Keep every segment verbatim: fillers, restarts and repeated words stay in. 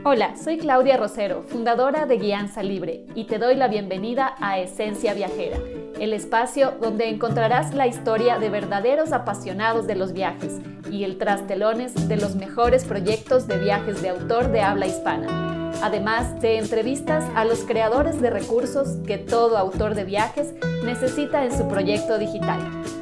Hola, soy Claudia Rosero, fundadora de Guianza Libre, y te doy la bienvenida a Esencia Viajera, el espacio donde encontrarás la historia de verdaderos apasionados de los viajes y el trastelones de los mejores proyectos de viajes de autor de habla hispana. Además de entrevistas a los creadores de recursos que todo autor de viajes necesita en su proyecto digital.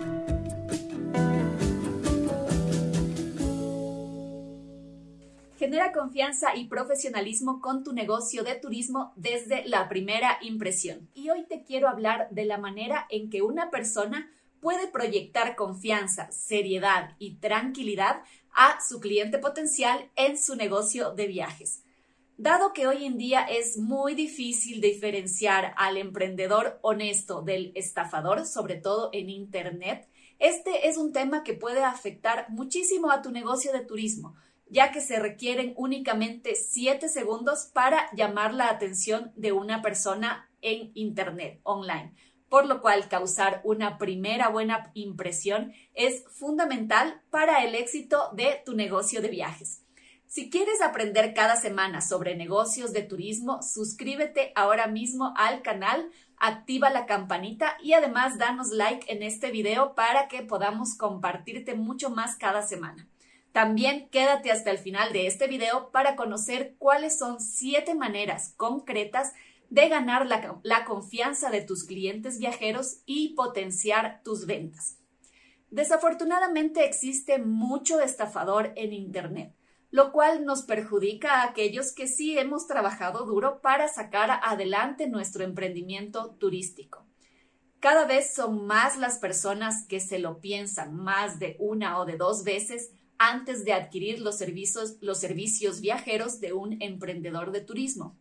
Genera confianza y profesionalismo con tu negocio de turismo desde la primera impresión. Y hoy te quiero hablar de la manera en que una persona puede proyectar confianza, seriedad y tranquilidad a su cliente potencial en su negocio de viajes. Dado que hoy en día es muy difícil diferenciar al emprendedor honesto del estafador, sobre todo en Internet, este es un tema que puede afectar muchísimo a tu negocio de turismo, ya que se requieren únicamente siete segundos para llamar la atención de una persona en Internet, online, por lo cual causar una primera buena impresión es fundamental para el éxito de tu negocio de viajes. Si quieres aprender cada semana sobre negocios de turismo, suscríbete ahora mismo al canal, activa la campanita y además danos like en este video para que podamos compartirte mucho más cada semana. También quédate hasta el final de este video para conocer cuáles son siete maneras concretas de ganar la, la confianza de tus clientes viajeros y potenciar tus ventas. Desafortunadamente existe mucho estafador en Internet, lo cual nos perjudica a aquellos que sí hemos trabajado duro para sacar adelante nuestro emprendimiento turístico. Cada vez son más las personas que se lo piensan más de una o de dos veces antes de adquirir los servicios, los servicios viajeros de un emprendedor de turismo.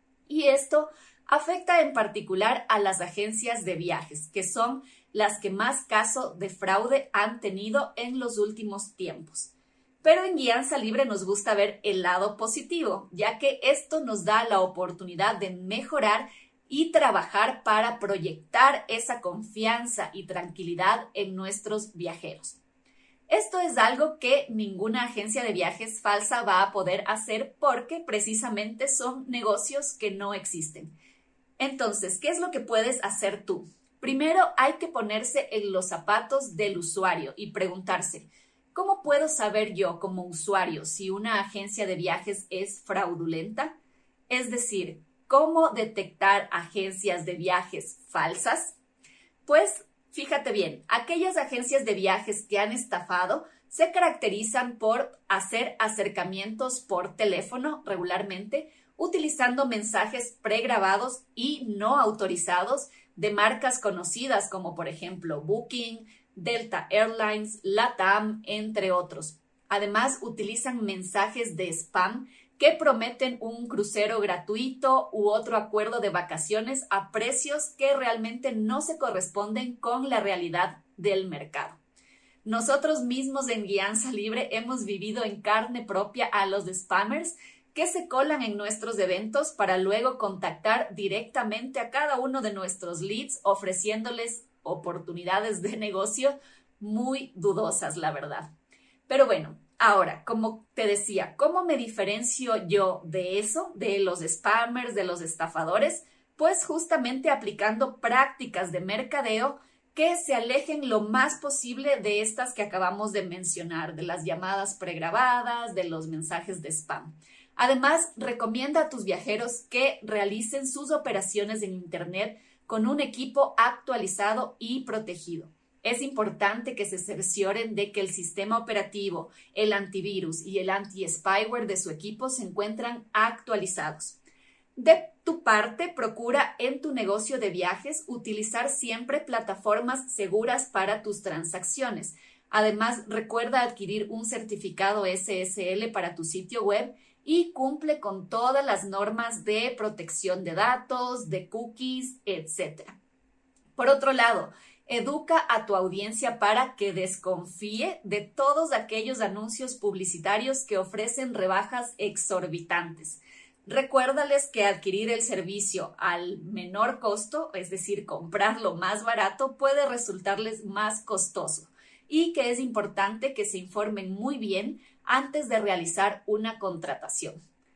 Y esto afecta en particular a las agencias de viajes, que son las que más caso de fraude han tenido en los últimos tiempos. Pero en Guianza Libre nos gusta ver el lado positivo, ya que esto nos da la oportunidad de mejorar y trabajar para proyectar esa confianza y tranquilidad en nuestros viajeros. Esto es algo que ninguna agencia de viajes falsa va a poder hacer porque precisamente son negocios que no existen. Entonces, ¿qué es lo que puedes hacer tú? Primero, hay que ponerse en los zapatos del usuario y preguntarse, ¿cómo puedo saber yo como usuario si una agencia de viajes es fraudulenta? Es decir, ¿cómo detectar agencias de viajes falsas? Pues, fíjate bien, aquellas agencias de viajes que han estafado se caracterizan por hacer acercamientos por teléfono regularmente, utilizando mensajes pregrabados y no autorizados de marcas conocidas como por ejemplo Booking, Delta Airlines, LATAM, entre otros. Además, utilizan mensajes de spam que prometen un crucero gratuito u otro acuerdo de vacaciones a precios que realmente no se corresponden con la realidad del mercado. Nosotros mismos en Guianza Libre hemos vivido en carne propia a los spammers que se colan en nuestros eventos para luego contactar directamente a cada uno de nuestros leads ofreciéndoles oportunidades de negocio muy dudosas, la verdad. Pero bueno, ahora, como te decía, ¿cómo me diferencio yo de eso, de los spammers, de los estafadores? Pues justamente aplicando prácticas de mercadeo que se alejen lo más posible de estas que acabamos de mencionar, de las llamadas pregrabadas, de los mensajes de spam. Además, recomienda a tus viajeros que realicen sus operaciones en Internet con un equipo actualizado y protegido. Es importante que se cercioren de que el sistema operativo, el antivirus y el anti-spyware de su equipo se encuentran actualizados. De tu parte, procura en tu negocio de viajes utilizar siempre plataformas seguras para tus transacciones. Además, recuerda adquirir un certificado S S L para tu sitio web y cumple con todas las normas de protección de datos, de cookies, etcétera. Por otro lado, educa a tu audiencia para que desconfíe de todos aquellos anuncios publicitarios que ofrecen rebajas exorbitantes. Recuérdales que adquirir el servicio al menor costo, es decir, comprarlo más barato, puede resultarles más costoso y que es importante que se informen muy bien antes de realizar una contratación.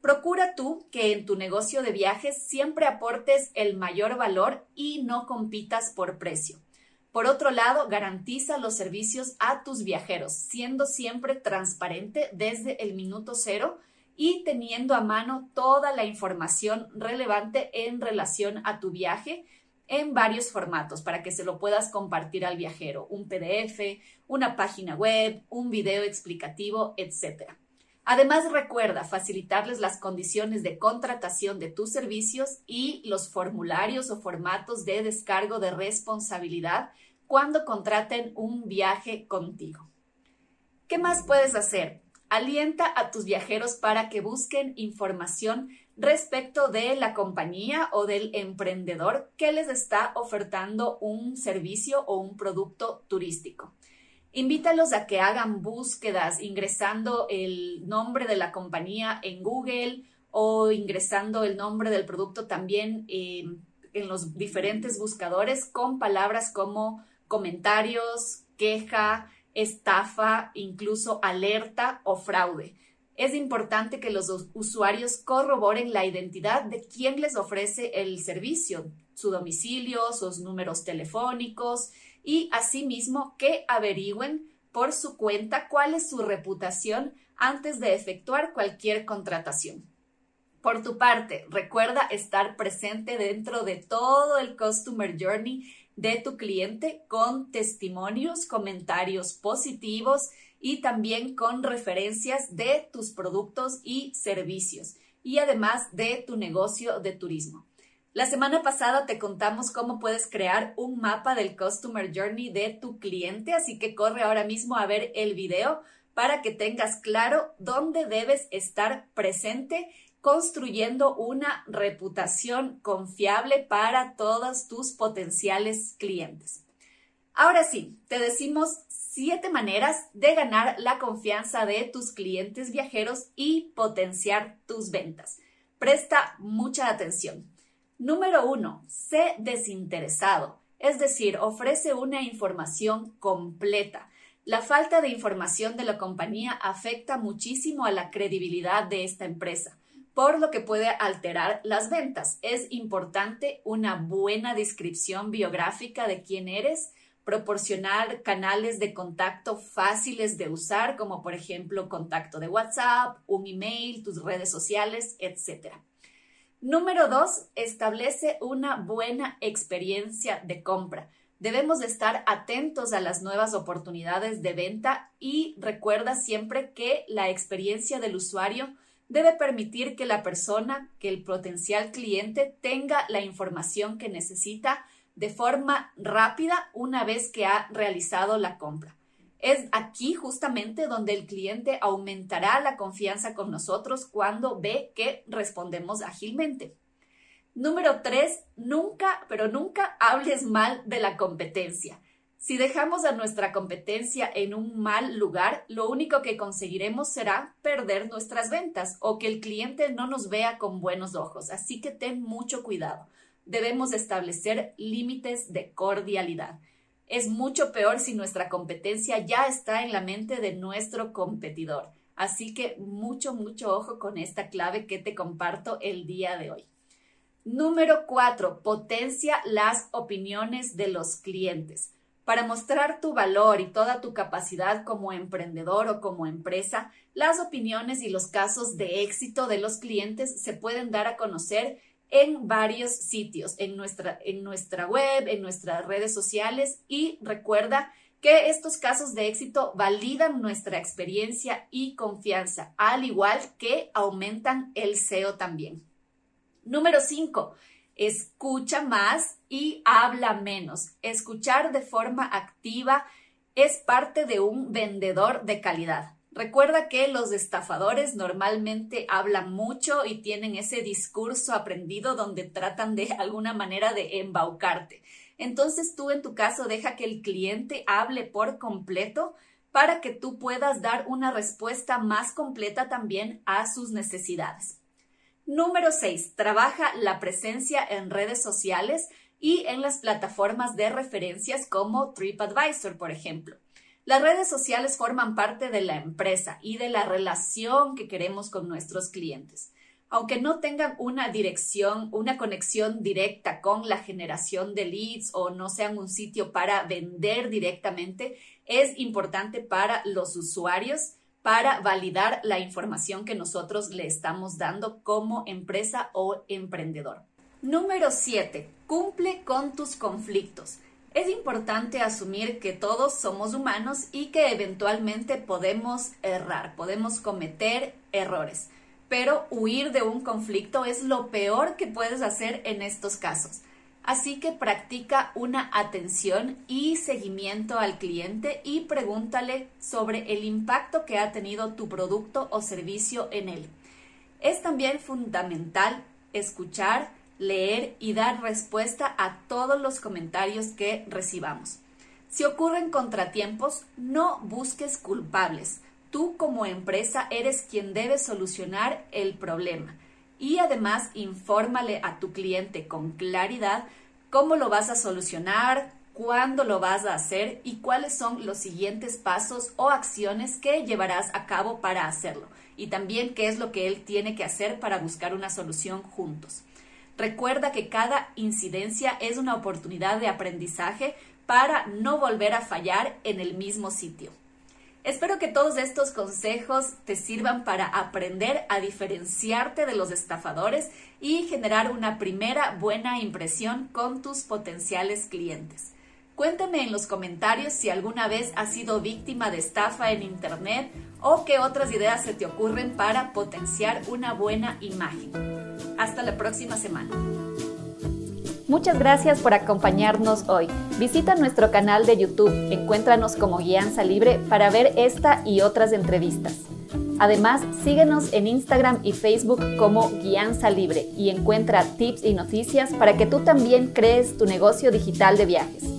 Procura tú que en tu negocio de viajes siempre aportes el mayor valor y no compitas por precio. Por otro lado, garantiza los servicios a tus viajeros, siendo siempre transparente desde el minuto cero y teniendo a mano toda la información relevante en relación a tu viaje en varios formatos para que se lo puedas compartir al viajero, un P D F, una página web, un video explicativo, etcétera. Además, recuerda facilitarles las condiciones de contratación de tus servicios y los formularios o formatos de descargo de responsabilidad cuando contraten un viaje contigo. ¿Qué más puedes hacer? Alienta a tus viajeros para que busquen información respecto de la compañía o del emprendedor que les está ofertando un servicio o un producto turístico. Invítalos a que hagan búsquedas ingresando el nombre de la compañía en Google o ingresando el nombre del producto también eh, en los diferentes buscadores con palabras como comentarios, queja, estafa, incluso alerta o fraude. Es importante que los usuarios corroboren la identidad de quien les ofrece el servicio, su domicilio, sus números telefónicos y asimismo que averigüen por su cuenta cuál es su reputación antes de efectuar cualquier contratación. Por tu parte, recuerda estar presente dentro de todo el Customer Journey de tu cliente con testimonios, comentarios positivos y también con referencias de tus productos y servicios y además de tu negocio de turismo. La semana pasada te contamos cómo puedes crear un mapa del Customer Journey de tu cliente, así que corre ahora mismo a ver el video para que tengas claro dónde debes estar presente construyendo una reputación confiable para todos tus potenciales clientes. Ahora sí, te decimos siete maneras de ganar la confianza de tus clientes viajeros y potenciar tus ventas. Presta mucha atención. Número uno, sé desinteresado, es decir, ofrece una información completa. La falta de información de la compañía afecta muchísimo a la credibilidad de esta empresa, por lo que puede alterar las ventas. Es importante una buena descripción biográfica de quién eres, proporcionar canales de contacto fáciles de usar, como por ejemplo contacto de WhatsApp, un email, tus redes sociales, etcétera. Número dos, establece una buena experiencia de compra. Debemos de estar atentos a las nuevas oportunidades de venta y recuerda siempre que la experiencia del usuario debe permitir que la persona, que el potencial cliente tenga la información que necesita de forma rápida una vez que ha realizado la compra. Es aquí justamente donde el cliente aumentará la confianza con nosotros cuando ve que respondemos ágilmente. Número tres, nunca, pero nunca hables mal de la competencia. Si dejamos a nuestra competencia en un mal lugar, lo único que conseguiremos será perder nuestras ventas o que el cliente no nos vea con buenos ojos. Así que ten mucho cuidado. Debemos establecer límites de cordialidad. Es mucho peor si nuestra competencia ya está en la mente de nuestro competidor. Así que mucho, mucho ojo con esta clave que te comparto el día de hoy. Número cuatro, potencia las opiniones de los clientes. Para mostrar tu valor y toda tu capacidad como emprendedor o como empresa, las opiniones y los casos de éxito de los clientes se pueden dar a conocer en varios sitios, en nuestra, en nuestra web, en nuestras redes sociales y recuerda que estos casos de éxito validan nuestra experiencia y confianza, al igual que aumentan el S E O también. Número cinco. Escucha más y habla menos. Escuchar de forma activa es parte de un vendedor de calidad. Recuerda que los estafadores normalmente hablan mucho y tienen ese discurso aprendido donde tratan de alguna manera de embaucarte. Entonces tú en tu caso deja que el cliente hable por completo para que tú puedas dar una respuesta más completa también a sus necesidades. Número seis. Trabaja la presencia en redes sociales y en las plataformas de referencias como TripAdvisor, por ejemplo. Las redes sociales forman parte de la empresa y de la relación que queremos con nuestros clientes. Aunque no tengan una dirección, una conexión directa con la generación de leads o no sean un sitio para vender directamente, es importante para los usuarios para validar la información que nosotros le estamos dando como empresa o emprendedor. Número siete. Cumple con tus conflictos. Es importante asumir que todos somos humanos y que eventualmente podemos errar, podemos cometer errores. Pero huir de un conflicto es lo peor que puedes hacer en estos casos. Así que practica una atención y seguimiento al cliente y pregúntale sobre el impacto que ha tenido tu producto o servicio en él. Es también fundamental escuchar, leer y dar respuesta a todos los comentarios que recibamos. Si ocurren contratiempos, no busques culpables. Tú como empresa eres quien debe solucionar el problema y además infórmale a tu cliente con claridad cómo lo vas a solucionar, cuándo lo vas a hacer y cuáles son los siguientes pasos o acciones que llevarás a cabo para hacerlo y también qué es lo que él tiene que hacer para buscar una solución juntos. Recuerda que cada incidencia es una oportunidad de aprendizaje para no volver a fallar en el mismo sitio. Espero que todos estos consejos te sirvan para aprender a diferenciarte de los estafadores y generar una primera buena impresión con tus potenciales clientes. Cuéntame en los comentarios si alguna vez has sido víctima de estafa en internet o qué otras ideas se te ocurren para potenciar una buena imagen. Hasta la próxima semana. Muchas gracias por acompañarnos hoy. Visita nuestro canal de YouTube, encuéntranos como Guianza Libre para ver esta y otras entrevistas. Además, síguenos en Instagram y Facebook como Guianza Libre y encuentra tips y noticias para que tú también crees tu negocio digital de viajes.